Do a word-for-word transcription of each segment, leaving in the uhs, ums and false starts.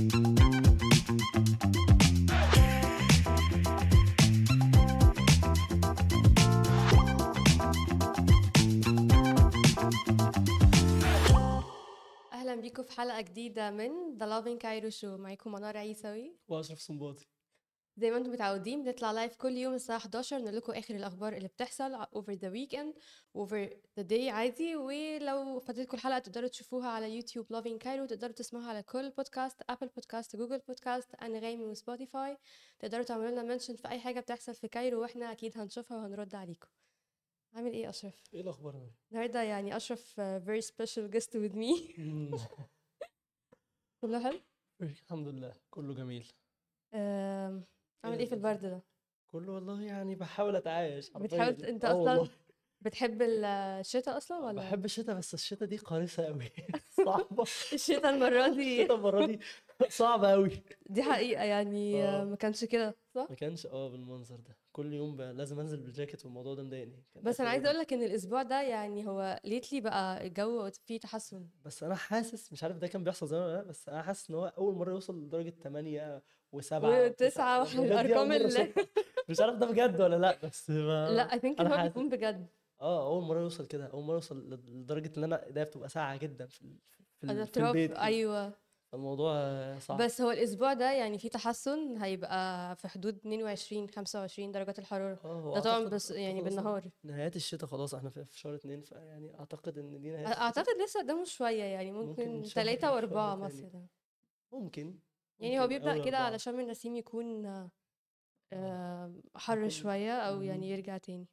اهلا بيكم في حلقه جديده من The Loving Cairo Show. معاكم منار عيسوي. واشرف صنباطي. زي ما انتم متعودين بنطلع لايف كل يوم الساعه حداشر نقول لكم اخر الاخبار اللي بتحصل over the weekend over the day عادي. ولو فاتتكم الحلقه تقدروا تشوفوها على يوتيوب Loving Cairo، تقدروا تسمعوها على كل بودكاست، ابل بودكاست، جوجل بودكاست، انغامي وسبوتيفاي. تقدروا تعملوا لنا منشن في اي حاجه بتحصل في كايرو واحنا اكيد هنشوفها وهنرد عليكم. عامل ايه اشرف؟ ايه الاخبار يا النهارده يعني اشرف uh, very special guest with me. مم. كله حلو. الحمد لله كله جميل. آم، عامل ايه في البرد ده؟ كله والله يعني بحاول اتعايش حرفيا. بتحاول ت- انت اه اصلا والله بتحب الشتاء اصلا ولا؟ بحب الشتاء، بس الشتاء دي قارصة قوي. صعبة. الشتاء المره دي الشتاء المرة دي صعبة قوي. دي حقيقه يعني آه، اه ما كانش كده صح. ما كانش اه بالمنظر ده كل يوم ب... لازم انزل بالجاكيت، والموضوع ده مضايقني. كان بس اخر انا عايزه يوم. اقول لك ان الاسبوع ده يعني هو ليتلي بقى الجو فيه تحسن. بس انا حاسس، مش عارف ده كان بيحصل زمان ولا لا، بس انا حاسس ان هو اول مرة يوصل لدرجة تمانية وسبعة وتسعة. وتسعة بجد دي اول والارقام مرة اللي اشوفها. مش عارف ده بجد ولا لا، بس لا ما... I think ان انا هو حاسس بيكون بجد. اه اول مره يوصل كده، اول مره يوصل لدرجه ان انا ايديا بتبقى ساقعه جدا في ال- في ال- في الاطراف البيت كده. ايوه. الموضوع آه، صعب. بس هو الاسبوع ده يعني فيه تحسن، هيبقى في حدود اتنين وعشرين خمسة وعشرين درجات الحراره. اه هو ده طبعا اعتقد بس اعتقد يعني اصلا بالنهار. نهايات الشتاء خلاص، احنا في في شهر اتنين، فيعني اعتقد ان دي نهاية الشتاء. اعتقد لسه قدامه شويه يعني ممكن ممكن شهر ثلاثة شهر واربعة تاني. مثلا. ممكن يعني هو ممكن بيبدأ اول كده على اربعة. شم النسيم يكون اه آه، حر يكون. شوية أو مم. يعني يرجع تاني.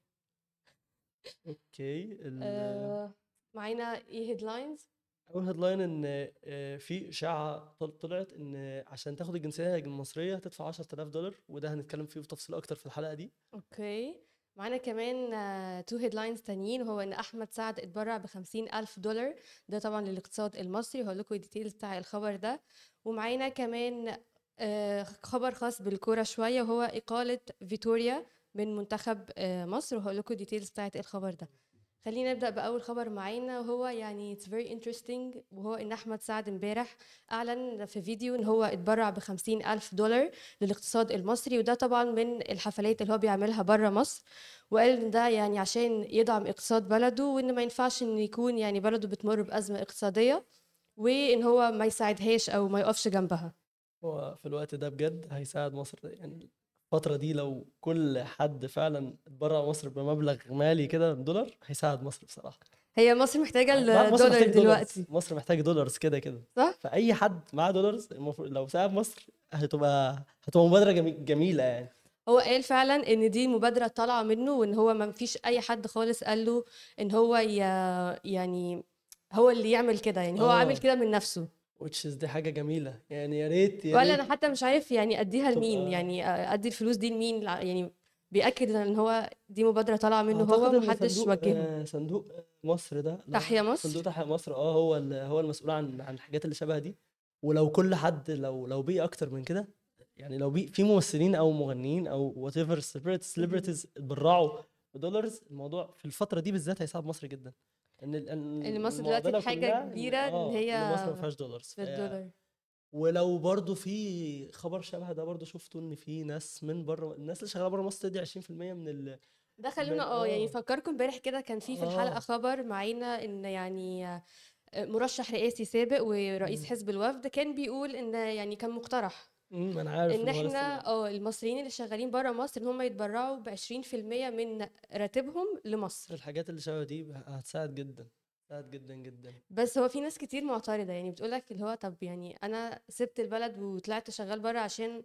اوكي ال آه، معانا ايه هيدلاينز؟ اول هيدلاين ان آه، في اشاعه طل- طلعت ان عشان تاخد الجنسيه المصريه هتدفع عشرة آلاف دولار، وده هنتكلم فيه بتفصيل اكتر في الحلقه دي. اوكي. معانا كمان تو هيدلاينز تانيين، هو ان احمد سعد اتبرع بخمسين الف دولار. ده طبعا للاقتصاد المصري، هقول لكم الديتيلز بتاع الخبر ده. ومعانا كمان آه، خبر خاص بالكوره شويه، وهو اقاله فيتوريا من منتخب آه، مصر، وهقول لكم الديتيلز بتاعت الخبر ده. خلينا نبدأ بأول خبر معانا، وهو يعني it's very interesting، وهو إن أحمد سعد امبارح أعلن في فيديو إن هو اتبرع بخمسين ألف دولار للاقتصاد المصري، وده طبعا من الحفلات اللي هو بيعملها برا مصر. وقال إن ده يعني عشان يدعم اقتصاد بلده، وإن ما ينفعش إن يكون يعني بلده بتمر بأزمة اقتصادية وإن هو ما يساعدهاش أو ما يقفش جنبها. هو في الوقت ده بجد هيساعد مصر، يعني الفترة دي لو كل حد فعلا اتبرع مصر بمبلغ مالي كده دولار هيساعد مصر بصراحة. هي مصر محتاجة لا، مصر الدولار محتاج دولارز، دلوقتي مصر محتاج دولارز كده كده. صح؟ فأي حد معاه دولارز المفروض لو ساعد مصر هتبقى هتبقى مبادرة جمي- جميلة يعني. هو قال فعلا ان دي مبادرة طالعة منه، وان هو ما فيش اي حد خالص قال له ان هو ي... يعني هو اللي يعمل كده، يعني هو عامل اه كده من نفسه. which is دي حاجة جميلة يعني، يا ريت يا ولا انا ريت حتى مش عارف يعني اديها لمين، تبقى. يعني ادي الفلوس دي لمين، لا، يعني بيأكد ان هو دي مبادرة طالعة منه هو، اعتقد ان محدش صندوق وجهه. آه، صندوق آه، مصر ده، لا تحيا صندوق مصر. تحيا مصر، اه هو ال- هو المسؤول عن عن الحاجات اللي شبه دي. ولو كل حد لو لو بيه اكتر من كده، يعني لو بيه في ممثلين او مغنيين او وات ايفر مهم. سيلبرتيز اتبرعوا بدولارز، الموضوع في الفتره دي بالذات هيساعد مصر جدا. ان ال- ان ال- مصر دلوقتي المعضله بحاجة كلها ان كبيرة ان اه هي ان مصر ما فيهاش دولارز. في الدولار. ولو برضو في خبر شبه ده برضو شفته، ان في ناس من بره، الناس اللي شغاله بره مصر تدي عشرين في المية من ال ده خلونا من اه يعني اه فكركم امبارح كده كان في في الحلقة اه خبر معانا ان يعني مرشح رئاسي سابق ورئيس مم. حزب الوفد كان بيقول ان يعني كان مقترح امم انا عارف ان ان هو لسه احنا بيعمل. اه المصريين اللي شغالين بره مصر ان هم يتبرعوا ب عشرين في المية من راتبهم لمصر. الحاجات اللي شبه دي هتساعد جدا، هتساعد جدا جدا. بس هو في ناس كتير معترضة، يعني بتقولك اللي هو طب يعني انا سبت البلد وطلعت شغال بره عشان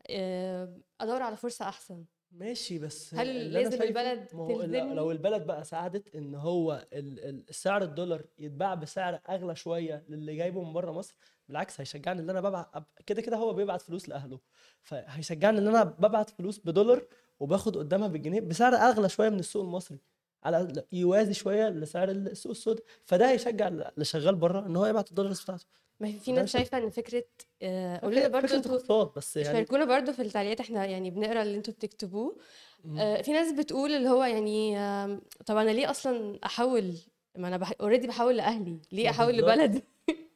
آه، ادور على فرصة احسن. ماشي، بس هل اللي انا لازم شايفه، البلد ما هو ال- لو تلزمني؟ البلد بقى ساعدت ان هو ال- ال- سعر الدولار يتباع بسعر اغلى شويه للي جايبه من بره مصر، بالعكس هيشجعني ان انا ببعت أب- كده كده هو بيبعت فلوس لاهله، فهيشجعني ان انا ببعت فلوس بدولار وباخد قدامها بالجنيه بسعر اغلى شويه من السوق المصري، على يوازي شويه لسعر السوق السوداء، فده هيشجع اللي شغال بره ان هو يبعت الدولارز بتاعته. ما في في ده ناس مش شايفة ان فكرة آه، قولوا لنا فك- برضو فكره انتوا، اقتصاد بس يعني. شاركونا برضو في التعليقات، احنا يعني بنقرا اللي انتوا بتكتبوه. مم. آه، في ناس بتقول اللي هو يعني آم، طب انا ليه اصلا احول، ما انا اوريدي بحول لاهلي، ليه ما احول بالظبط، لبلد؟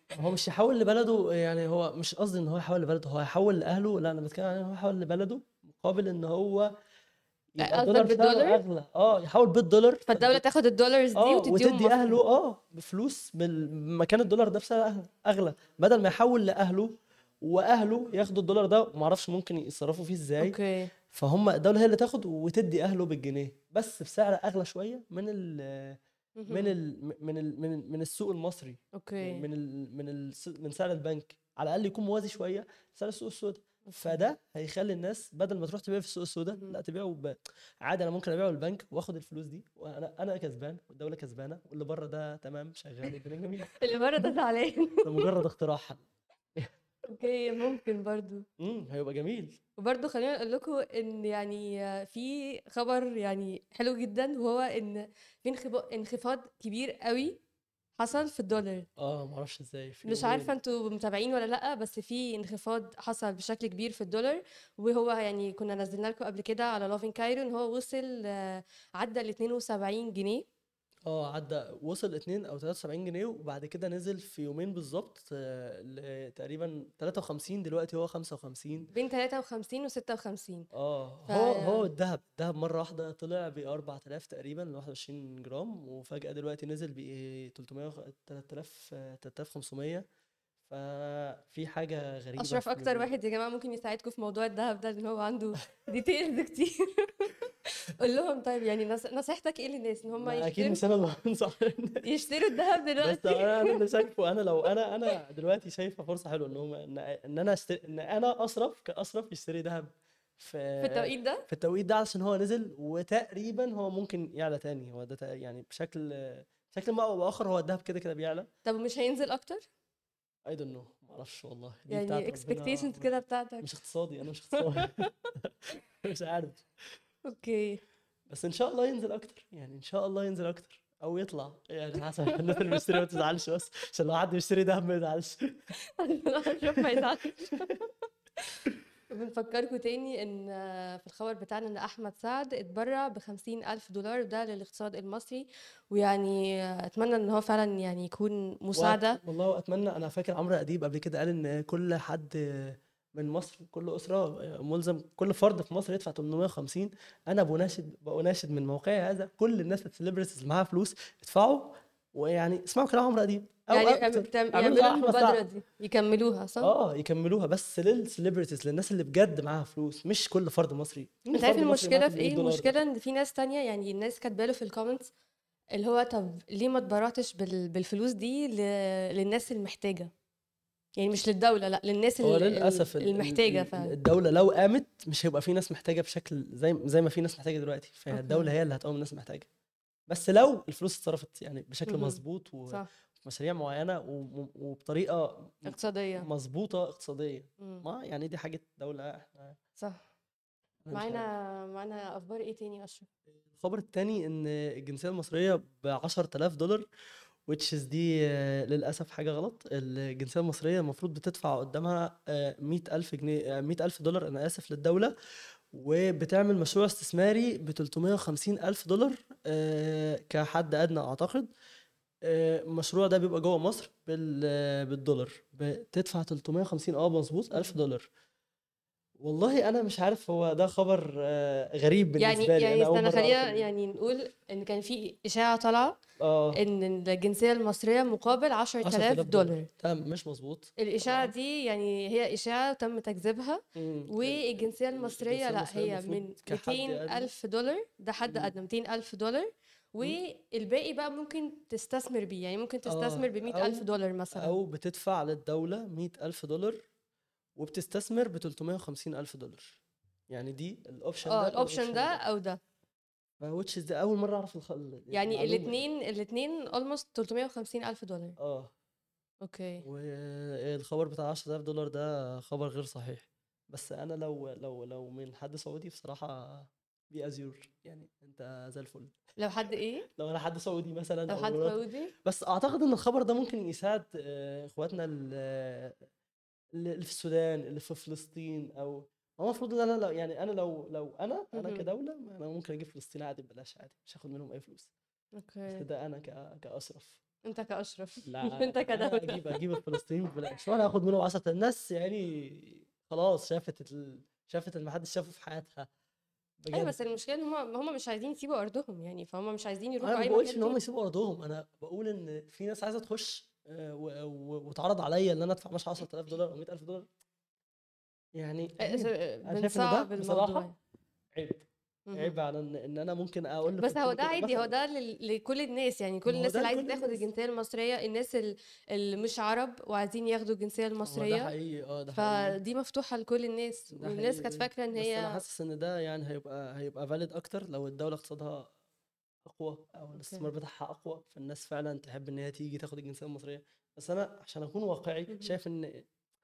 هو مش يحول لبلده، يعني هو مش قصدي ان هو يحول لبلده، هو يحول لاهله. لا انا بتكلم عن ان هو يحول لبلده مقابل ان هو يبقى قصدك الدولار بالدولار؟ سعره اغلى. اه يحول بالدولار فالدولة فالد... تاخد الدولارز دي اه وتديهم وتدي مصري. اهله اه بفلوس بالمكان الدولار ده بسعر اغلى اغلى بدل ما يحول لاهله واهله ياخدوا الدولار ده ومعرفش ممكن يتصرفوا فيه ازاي. اوكي. فهم الدولة هي اللي تاخد وتدي اهله بالجنيه بس بسعر اغلى شوية من ال من مهم. ال من ال من ال من السوق المصري. يعني اوكي. من ال من ال من سعر البنك على الاقل يكون موازي شويه لسعر السوق السوداء. اوكي. فده هيخلي الناس بدل ما تروح تبيع في السوق السوداء مهم. لا تبيعه ب... عادي انا ممكن ابيعه البنك واخد الفلوس دي وانا انا كسبان والدوله كسبانه واللي بره ده تمام شغال والدنيا جميله. اللي بره ده زعلان. ده مجرد اختراع حل. اوكي، ممكن برضو. امم هيبقى جميل. وبرضو خلينا اقول لكم ان يعني في خبر يعني حلو جدا، وهو ان في انخفا- انخفاض كبير قوي حصل في الدولار. اه معرفش ازاي في مش عارفة يومين. انتوا متابعين ولا لأ، بس في انخفاض حصل بشكل كبير في الدولار. وهو يعني كنا نزلنا لكم قبل كده على لوفين كايرو ان هو وصل آه، عدى ال اتنين وسبعين جنيه. اه عدى وصل اتنين او تلاتة وسبعين جنيه وبعد كده نزل في يومين بالظبط آه، ل- تقريبا تلاتة وخمسين دلوقتي هو خمسة وخمسين. بين تلاتة وخمسين و ستة وخمسين. اه ف هو هو الذهب الذهب مره واحده طلع ب اربعة آلاف تقريبا ل واحد وعشرين جرام وفجاه دلوقتي نزل ب تلتمية وخ- تلات آلاف تلات آلاف وخمسمية. ففي حاجه غريبه اشرف في اكتر نزول. واحد يا جماعة ممكن يساعدكم في موضوع الذهب ده، لان هو عنده ديتيلز كتير. قول لهم طيب، يعني نص- نصيحتك ايه للناس ان هم ما اكيد يشتروا مش انا اللي هنصح الناس. يشتروا الذهب بس دلوقتي؟ انا انا اللي شايفه انا لو انا انا دلوقتي شايفه فرصه حلوه ان هم ان ان انا أشتري ان انا اصرف كاصرف يشتري ذهب في في التوقيت ده. في التوقيت ده علشان هو نزل وتقريبا هو ممكن يعلى تاني. هو ده تق- يعني بشكل بشكل ما او باخر هو الذهب كده كده بيعلى. طب مش هينزل اكتر؟ I don't know معرفش والله دي يعني بتاعت ربنا. expectations كده بتاعتك. مش اقتصادي انا مش اقتصادي. مش عارف. اوكي. بس ان شاء الله ينزل اكتر يعني ان شاء الله ينزل اكتر او يطلع يعني حسب الناس اللي بيشتري ما تزعلش بس عشان لو حد بيشتري دهب ما يزعلش. اشرف ما يزعلش. بنفكركم تاني ان في الخبر بتاعنا ان احمد سعد اتبرع بخمسين الف دولار ده للاقتصاد المصري. ويعني اتمنى ان هو فعلا يعني يكون وأت... مساعدة. والله اتمنى. انا فاكر عمرو اديب قبل كده قال ان كل حد من مصر كل اسره ملزم كل فرد في مصر يدفع تمنمية وخمسين. انا بناشد بناشد من موقعي هذا كل الناس السليبرتيز اللي معاها فلوس ادفعوا ويعني اسمعوا كلام عمرو اديب او يعني يعم- اكتر. تعم- اعملوا زي يعملوا احمد سعد. المبادرة دي يكملوها، صح؟ اه يكملوها بس للسليبرتيز للناس اللي بجد معاها فلوس مش كل فرد مصري. مين انت عارف الفرد المصري معاه المشكلة في تمنمية ايه؟ دولار ده؟ المشكلة ان في ناس تانية، يعني الناس كاتباله في الكومنتس اللي هو طب ليه ما اتبرعتش بال... بالفلوس دي ل... للناس المحتاجة. يعني مش للدولة، لا، للناس هو ال- ال- للاسف ال- ال- المحتاجة ال- فعلا. الدوله لو قامت مش هيبقى في ناس محتاجه بشكل زي زي ما في ناس محتاجه دلوقتي. فهي اوكي. الدوله هي اللي هتقوم الناس محتاجه. بس لو الفلوس اتصرفت يعني بشكل مهم. مظبوط صح. ومشاريع معينه وم- وبطريقه م- اقتصادية. مظبوطه اقتصاديه. مم. ما يعني دي حاجه دوله احنا. صح. انا مش معانا عارف. معانا اخبار ايه تاني يا اشرف؟ الخبر التاني ان الجنسيه المصريه ب عشرة آلاف دولار which is دي آه، للأسف حاجة غلط. الجنسية المصرية المفروض بتدفع قدامها آه، مية ألف جنيه آه، مية ألف دولار أنا آسف للدولة. وبتعمل مشروع استثماري ب تلتمية وخمسين ألف دولار آه، كحد أدنى أعتقد. آه، المشروع ده بيبقى جوه مصر بال- آه، بالدولار بتدفع تلتمية وخمسين اه مظبوط ألف مهم. دولار. والله أنا مش عارف هو ده خبر آه، غريب يعني بالنسبة لي يعني أنا أول استنى، مرة أعرف خلينا ال... يعني نقول ان كان في اشاعة طالعة اه ان الجنسية المصرية مقابل عشرة آلاف عشرة آلاف دولار دولار. تمام مش مظبوط. الإشاعة اه دي يعني هي إشاعة تم تكذيبها. مم. ال- ال- والجنسية ال- المصرية الجنسية لا، المصرية هي المفروض من كحد ميتين أدنى. ألف دولار، ده حد مم. أدنى ميتين ألف دولار. مم. والباقي بقى ممكن تستثمر بيه، يعني ممكن تستثمر اه بمية ألف أو دولار مثلا. أو بتدفع للدولة مية ألف دولار وبتستثمر ب تلتمية وخمسين ألف دولار. يعني دي الأوبشن اه، ده الأوبشن ده والأوبشن ده. أو ده. which is ده أول مرة أعرف الخ... يعني المعلومة دي. الاتنين الاتنين almost تلتمية وخمسين ألف دولار. اه اوكي. والخبر بتاع عشرة آلاف دولار ده خبر غير صحيح. بس أنا لو لو لو من حد سعودي بصراحة بي أزيور يعني أنت زي الفل. لو حد ايه؟ لو أنا حد سعودي مثلا لو أو حد مراتي. سعودي. بس أعتقد إن الخبر ده ممكن يساعد آه، إخواتنا ال- اللي في السودان اللي في فلسطين او هو المفروض ان انا لو يعني انا لو لو انا انا مهم. كدوله انا ممكن اجيب فلسطين عادي ببلاش عادي مش هاخد منهم اي فلوس. بس اوكي. ده انا ك كاسرف. انت كاشرف لا انت انا كدوله. اجيب اجيب الفلسطيني ببلاش وانا هاخد منهم عشرة الناس يعني. خلاص شافت ال... شافت اللي محدش شافه في حياتها ايوه بجد. بس المشكله ان هم هم مش عايزين يسيبوا ارضهم يعني، فهم مش عايزين انا يروحوا ما اي بقولش مكان ان هم تاني. يسيبوا ارضهم، انا بقول ان في ناس عايزه تخش آه، و- و- واتعرض عليا ان انا ادفع مش عشرة آلاف دولار او مية ألف دولار. يعني آه، س- عيب. انا شايف ان ده بنصعب الموضوع بصراحه يعني. عيب. مهم. عيب على ان إن انا ممكن اقول بس هو لفلسطيني ده كده عادي، هو مثلا. ده لل- لكل الناس يعني، كل ما هو الناس ده اللي عايزه لكل تاخد الناس. الجنسيه المصريه، الناس ال- اللي مش عرب وعايزين ياخدوا الجنسيه هو ده المصريه. حقيقي، اه ده حقيقي. فدي مفتوحه لكل الناس، ده والناس كانت حقيقي، فاكره ان بس انا هي حاسس ان ده يعني هيبقى هيبقى فاليد اكتر لو الدوله اقتصادها اقوى او اوكي. الاستثمار بتاعها اقوى، فالناس فعلا تحب ان هي تيجي تاخد الجنسيه المصريه. بس انا عشان اكون واقعي مهم. شايف ان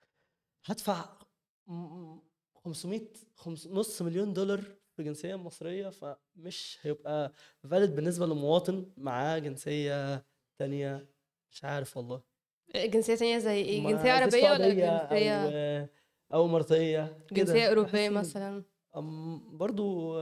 هدفع م- م- خمسمية خمس نص مليون دولار في جنسيه مصريه، فمش هيبقى فاليد بالنسبه لمواطن معاه جنسيه تانية. مش عارف والله. جنسيه تانية زي ايه؟ جنسيه ما زي عربيه ولا السعوديه او جنسيه او مرضيه جنسيه كده، اوروبيه بحس ان مثلا؟ أم برضو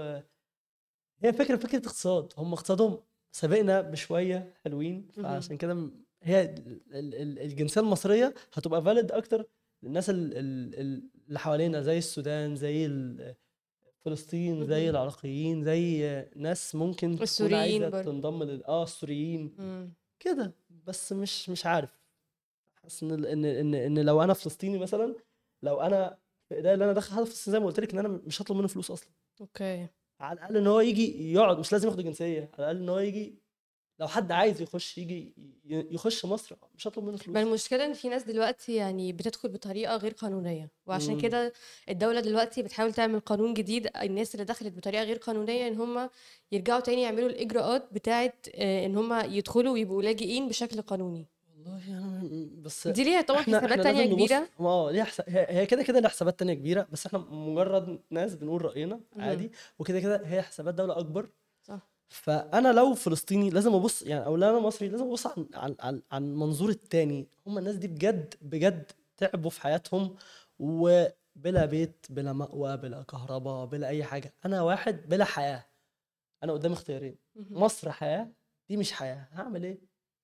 هي فكرة فكرة اقتصاد، هم اقتصادهم سابقنا بشوية حلوين، مهم. فعشان كده م- هي ال- ال- ال- الجنسية المصرية هتبقى فاليد أكتر للناس ال- ال- ال- اللي حوالينا زي السودان، زي ال- فلسطين، زي مهم. العراقيين، زي ناس ممكن تكون عايزة السوريين برضه. تنضم لل اه السوريين مم. كده. بس مش مش عارف. حاسس ان ال- ان ان ان لو انا فلسطيني مثلا، لو انا في ايديا ان انا ادخل حد فلسطين زي ما قلت لك ان انا مش هطلب منه فلوس اصلا. اوكي. على الاقل ان هو يجي يقعد، مش لازم ياخد الجنسيه، على الاقل ان هو يجي. لو حد عايز يخش يجي ي- يخش مصر مش هطلب منه ما فلوس. المشكلة ان في ناس دلوقتي يعني بتدخل بطريقة غير قانونية، وعشان امم كده الدولة دلوقتي بتحاول تعمل قانون جديد، الناس اللي دخلت بطريقة غير قانونية ان هم يرجعوا تاني يعملوا الإجراءات بتاعة آه، ان هم يدخلوا ويبقوا لاجئين بشكل قانوني. والله انا م- بس دي ليها طبعا احنا احنا حسابات تانية لازم نبص. كبيرة. ما اه ليها حساب، هي هي كده كده لها حسابات تانية كبيره، بس احنا مجرد ناس بنقول راينا مهم. عادي. وكده كده هي حسابات دوله اكبر. صح. فانا لو فلسطيني لازم ابص يعني، او لا انا مصري لازم ابص عن عن عن, عن منظور التاني. هم الناس دي بجد بجد تعبوا في حياتهم، وبلا بيت بلا مأوى بلا كهرباء بلا اي حاجه. انا واحد بلا حياه. انا قدامي اختيارين: مهم. مصر حياه، دي مش حياه. هعمل ايه؟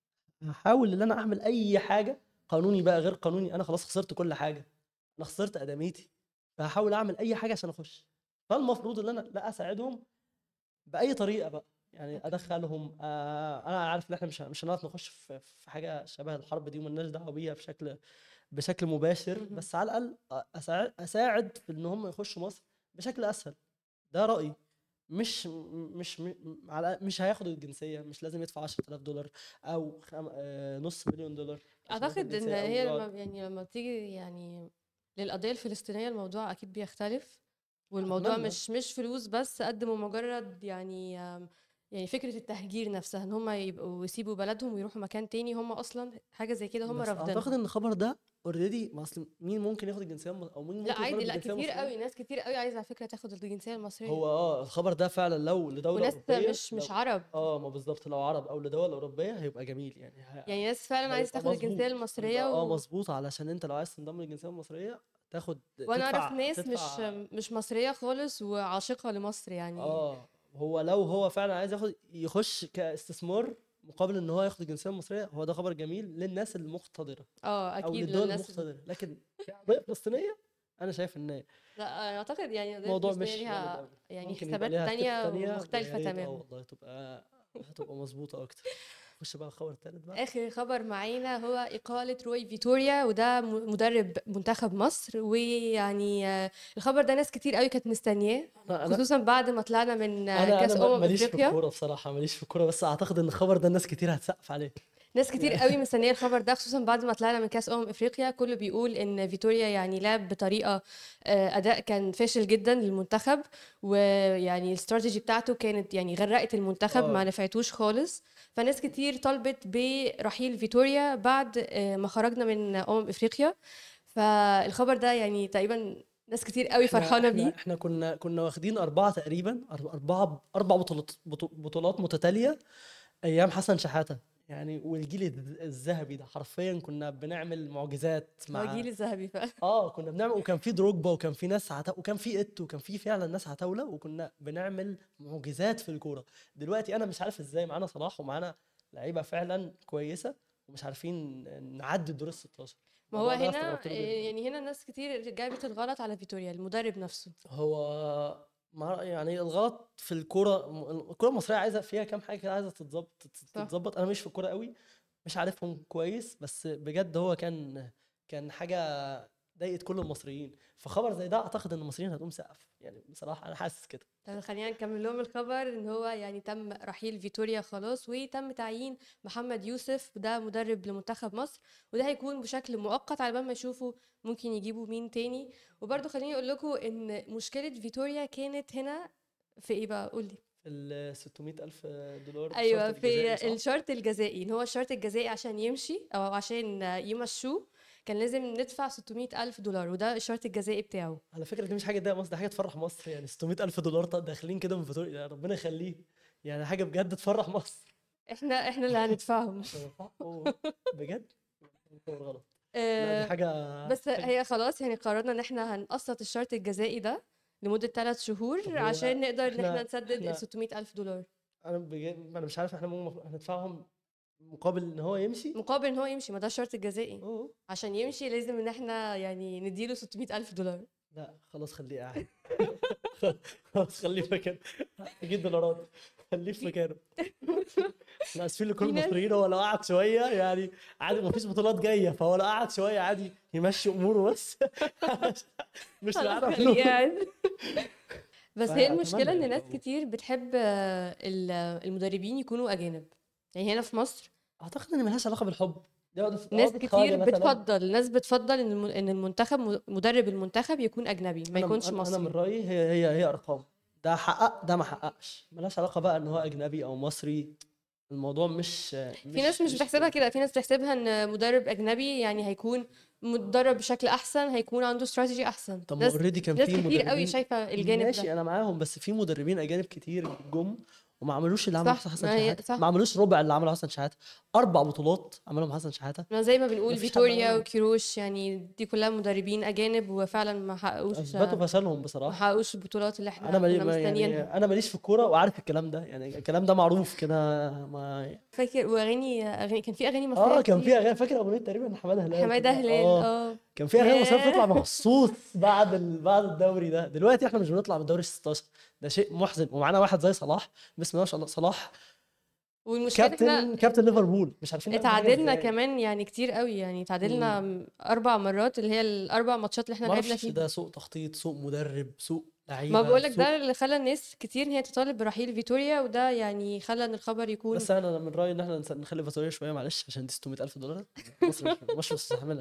هحاول ان انا اعمل اي حاجه قانوني بقى غير قانوني. انا خلاص خسرت كل حاجه، انا خسرت ادميتي، فهحاول اعمل اي حاجه عشان اخش. فالمفروض ان انا لا اساعدهم باي طريقه بقى، يعني اوكي. ادخلهم. آه انا عارف ان احنا مش مش هنعرف نخش في في حاجه شبه الحرب دي ومالناش دعوه بيها بشكل بشكل مباشر، مهم. بس على الاقل اساعد اساعد في ان هم يخشوا مصر بشكل اسهل. ده رايي. مش مش م- على مش هياخد الجنسيه، مش لازم يدفع عشرة آلاف دولار او خم... آه نص مليون دولار عشان ياخد اعتقد ان الجنسيه او هي يقعد. لما يعني لما بتيجي يعني للقضية الفلسطينية الموضوع اكيد بيختلف، والموضوع اتمنى. مش مش فلوس بس قد ما مجرد يعني آم، يعني فكرة التهجير نفسها، ان هم يبقوا يسيبوا بلدهم ويروحوا مكان تاني، هم اصلا حاجة زي كده هم بس اعتقد رافضينها. ان الخبر ده اوريدي، ما اصل مين ممكن ياخد الجنسيه الم- او مين لا ممكن عادي، يطالب لا بالجنسيه كتير المصريه. قوي، ناس كتير قوي عايزة على فكرة تاخد الجنسية المصرية، هو اه الخبر ده فعلا لو لدولة وناس أوروبية، مش مش لو عرب، اه ما بالظبط لو عرب أو لدول أوروبية هيبقى جميل يعني. ه- يعني ناس فعلا عايزة هيبقى تاخد الجنسية مظبوط. هيبقى المصرية اه و... مظبوط علشان انت لو عايز تنضم للجنسية المصرية تاخد وانا اعرف تدفع ناس مش تدفع مش مصرية خالص وعاشقة لمصر يعني. اه هو لو هو فعلا عايز ياخد يخش كاستثمار مقابل ان هو ياخد الجنسية المصرية، هو ده خبر جميل للناس المقتدرة اه او اكيد للدول للناس ال... المقتدرة. لكن كقضية فلسطينية انا شايف ان لا أنا اعتقد يعني القضية الموضوع الفلسطينية مش فاليد ليها قوي. يعني ممكن يبقى حسابات ليها ستيبس تانية تانية، ويا ومختلفة ريت اه تماما. والله تبقى هتبقى مظبوطة اكتر. خش بقى الخبر التالت بقى. آخر خبر معانا هو إقالة روي فيتوريا، وده م- مدرب منتخب مصر، ويعني آه، الخبر ده ناس كتير قوي كانت مستنياه، انا انا خصوصا بعد ما طلعنا من آه، انا انا كأس ما- أمم ماليش في إفريقيا. الكورة بصراحة، ماليش في الكورة، بس اعتقد ان الخبر ده الناس كتير هتسقف عليه ناس كتير يعني. قوي مستنيه الخبر ده، خصوصا بعد ما طلعنا من كاس امم افريقيا، كله بيقول ان فيتوريا يعني لعب بطريقه آه، اداء كان فاشل جدا للمنتخب، ويعني الاستراتيجي بتاعته كانت يعني غرقت المنتخب ما اه نفعتوش خالص. فناس كتير طلبت برحيل فيتوريا بعد آه، ما خرجنا من امم افريقيا. فالخبر ده يعني تقريبا ناس كتير قوي احنا فرحانه احنا بيه. احنا كنا كنا واخدين اربعة تقريبا، أر- اربعة اربع بطولات بطو- بطولات متتالية ايام حسن شحاتة يعني. والجيل الذ- الذهبي ده حرفيا كنا بنعمل معجزات هو مع. جيل الذهبي فعلا. اه كنا بنعمل، وكان في دروجبا وكان في ناس عتا... وكان في ات وكان في فعلا ناس عتاوله، وكنا بنعمل معجزات في الكوره. دلوقتي انا مش عارف ازاي معانا صلاح ومعانا لعيبه فعلا كويسه، ومش عارفين نعدي الدور ال ستاشر. ما هو الموضوع ده هنا استغربت له آه، جدا. يعني هنا ناس كتير جابت الغلط على فيتوريا المدرب نفسه. هو مع يعني الغلط في الكوره، م- الكوره المصريه عايزه فيها كام حاجه كده، عايزه تتظبط صح. تتظبط انا مش في الكوره قوي، مش عارفهم كويس، بس بجد هو كان كان حاجه ضايقت كل المصريين. فخبر زي ده اعتقد ان المصريين هتقوم سقف، يعني بصراحه انا حاسس كده. طب خلينا نكمل لهم الخبر ان هو يعني تم رحيل فيتوريا خلاص، وتم تعيين محمد يوسف ده مدرب لمنتخب مصر، وده هيكون بشكل مؤقت على بال ما يشوفوا ممكن يجيبوا مين تاني. وبرضه خليني اقول لكم ان مشكلة فيتوريا كانت هنا في ايه بقى، قولي. في ال ستمية الف دولار الشرط ايوه، الجزائي، في صح؟ الشرط الجزائي، ان هو الشرط الجزائي عشان يمشي او عشان يمشوه كان لازم ندفع ستمية الف دولار، وده الشرط الجزائي بتاعه. على فكره دي مش حاجه تضايق مصر، دي حاجه تفرح مصر. يعني ستمية الف دولار طب داخلين كده من فاتوره، يا ربنا يخليه، يعني حاجه بجد تفرح مصر. احنا احنا اللي هندفعهم. أوه، بجد غلط. لا دي آه، حاجه بس حاجه. هي خلاص يعني قررنا ان احنا هنقسط الشرط الجزائي ده لمدة ثلاث شهور طب عشان هو نقدر ان احنا احنا نسدد ال احنا ستمية الف دولار، انا بجد انا مش عارف احنا ممكن هندفعهم مقابل ان هو يمشي. مقابل ان هو يمشي. ما ده الشرط الجزائي، اوه عشان يمشي لازم ان احنا يعني نديله ستمية الف دولار. لا خلاص خليه قاعد. خلاص خليه في مكانه، اجيب دولارات، خليه في في مكانه. احنا اسفين لكل في ناس المصريين، هو لو قعد شويه يعني عادي، مفيش بطولات جايه، فهو لو قعد شويه عادي يمشي اموره بس. مش خلاص معانا خليه فلوس. قاعد. بس هي المشكلة فاتمنى ان يعني ناس لو كتير بتحب آه، ال- المدربين يكونوا اجانب. يعني هنا في مصر اعتقد ان ملهاش علاقه بالحب، دي عقده ناس عقده خواجه كتير مثلا. بتفضل ناس بتفضل ان الم- ان المنتخب م- مدرب المنتخب يكون اجنبي ما انا يكونش انا أنا من مصري. رايي هي هي هي ارقام، ده حقق ده ما حققش، ملهاش علاقه بقى ان هو اجنبي او مصري. الموضوع مش في ناس مش مش مش بتحسبها كده. كده، في ناس بتحسبها ان مدرب اجنبي يعني هيكون متدرب بشكل احسن، هيكون عنده استراتيجي احسن. طب ما ناس اوريدي كان ناس في كتير قوي مدربين، شايفة الجانب ده. ماشي انا معاهم، بس في مدربين اجانب كتير جم وما عملوش اللي عمله صح، حسن ما هي شحاته، ما صح. عملوش ربع اللي عمله حسن شحاته. اربع بطولات عملهم حسن شحاته، ما زي ما ما بنقول فيش حد فيتوريا عملهم. وكيروش، يعني دي كلها مدربين اجانب وفعلا ما حققوش اثبتوا فشلهم ما بصراحه. حققوش البطولات اللي انا احنا مالي كنا ما يعني مستنيينها. انا ماليش في الكوره وعارف الكلام ده، يعني الكلام ده معروف كده. ما فاكر واغاني اغاني كان في اغاني مصرية اه كان في كتير. اغاني، فاكر اغنيه تقريبا حماده هلال حمادة كده، هلال، اه اه. كان في اغاني مصريه بتطلع ياه. مخصوص بعد ال... بعد الدوري ده. دلوقتي احنا مش بنطلع من الدوري ستاشر، ده شيء محزن. ومعانا واحد زي صلاح، بسم الله ما شاء الله، صلاح والمشكلة احنا كابتن كابتن ليفربول، مش عارفين نعمل حاجه اتعادلنا ازاي. كمان يعني كتير قوي، يعني اتعادلنا مم. م- اربع مرات اللي هي الاربع ماتشات اللي احنا ما لعبنا اعرفش ده فيهم. سوء تخطيط، سوء مدرب، سوء ما لعيبه، بقولك سوء. ده اللي خلى الناس كتير ان هي تطالب برحيل فيتوريا، وده يعني خلى ان الخبر يكون. بس انا من رايي ان احنا نس- نخلي فاتوريا شويه معلش، عشان دي ستمية الف دولار مصر مش مش مستحملها.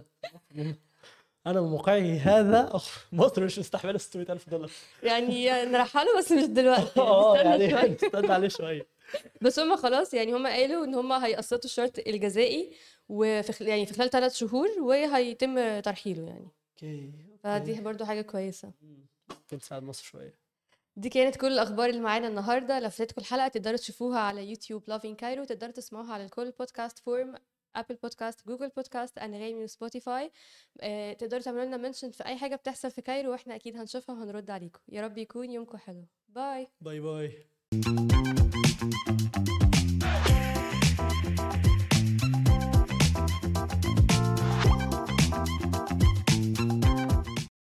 انا من موقعي هذا مصر مش مستحمله ستمية الف دولار. يعني نرحله بس مش دلوقتي، يعني اه نستنى يعني شوية. نستنى عليه شويه. بس هم خلاص يعني هم قالوا ان هم هيقسطوا الشرط الجزائي وفي خل... يعني في خلال ثلاث شهور وهيتم ترحيله يعني. اوكي فدي اوكي. برضو حاجة كويسة. مم. ممكن تساعد مصر شويه. دي كانت كل الاخبار اللي معانا النهارده. لو فاتتكم الحلقه تقدروا تشوفوها على يوتيوب لافين كايرو، تقدروا تسمعوها على الكل بودكاست فورم، ابل بودكاست، جوجل بودكاست، انغامي، وسبوتيفاي. آه، تقدروا تعملوا لنا منشن في اي حاجه بتحصل في كايرو، واحنا اكيد هنشوفها وهنرد عليكم. يا رب يكون يومكم حلو. باي. باي باي.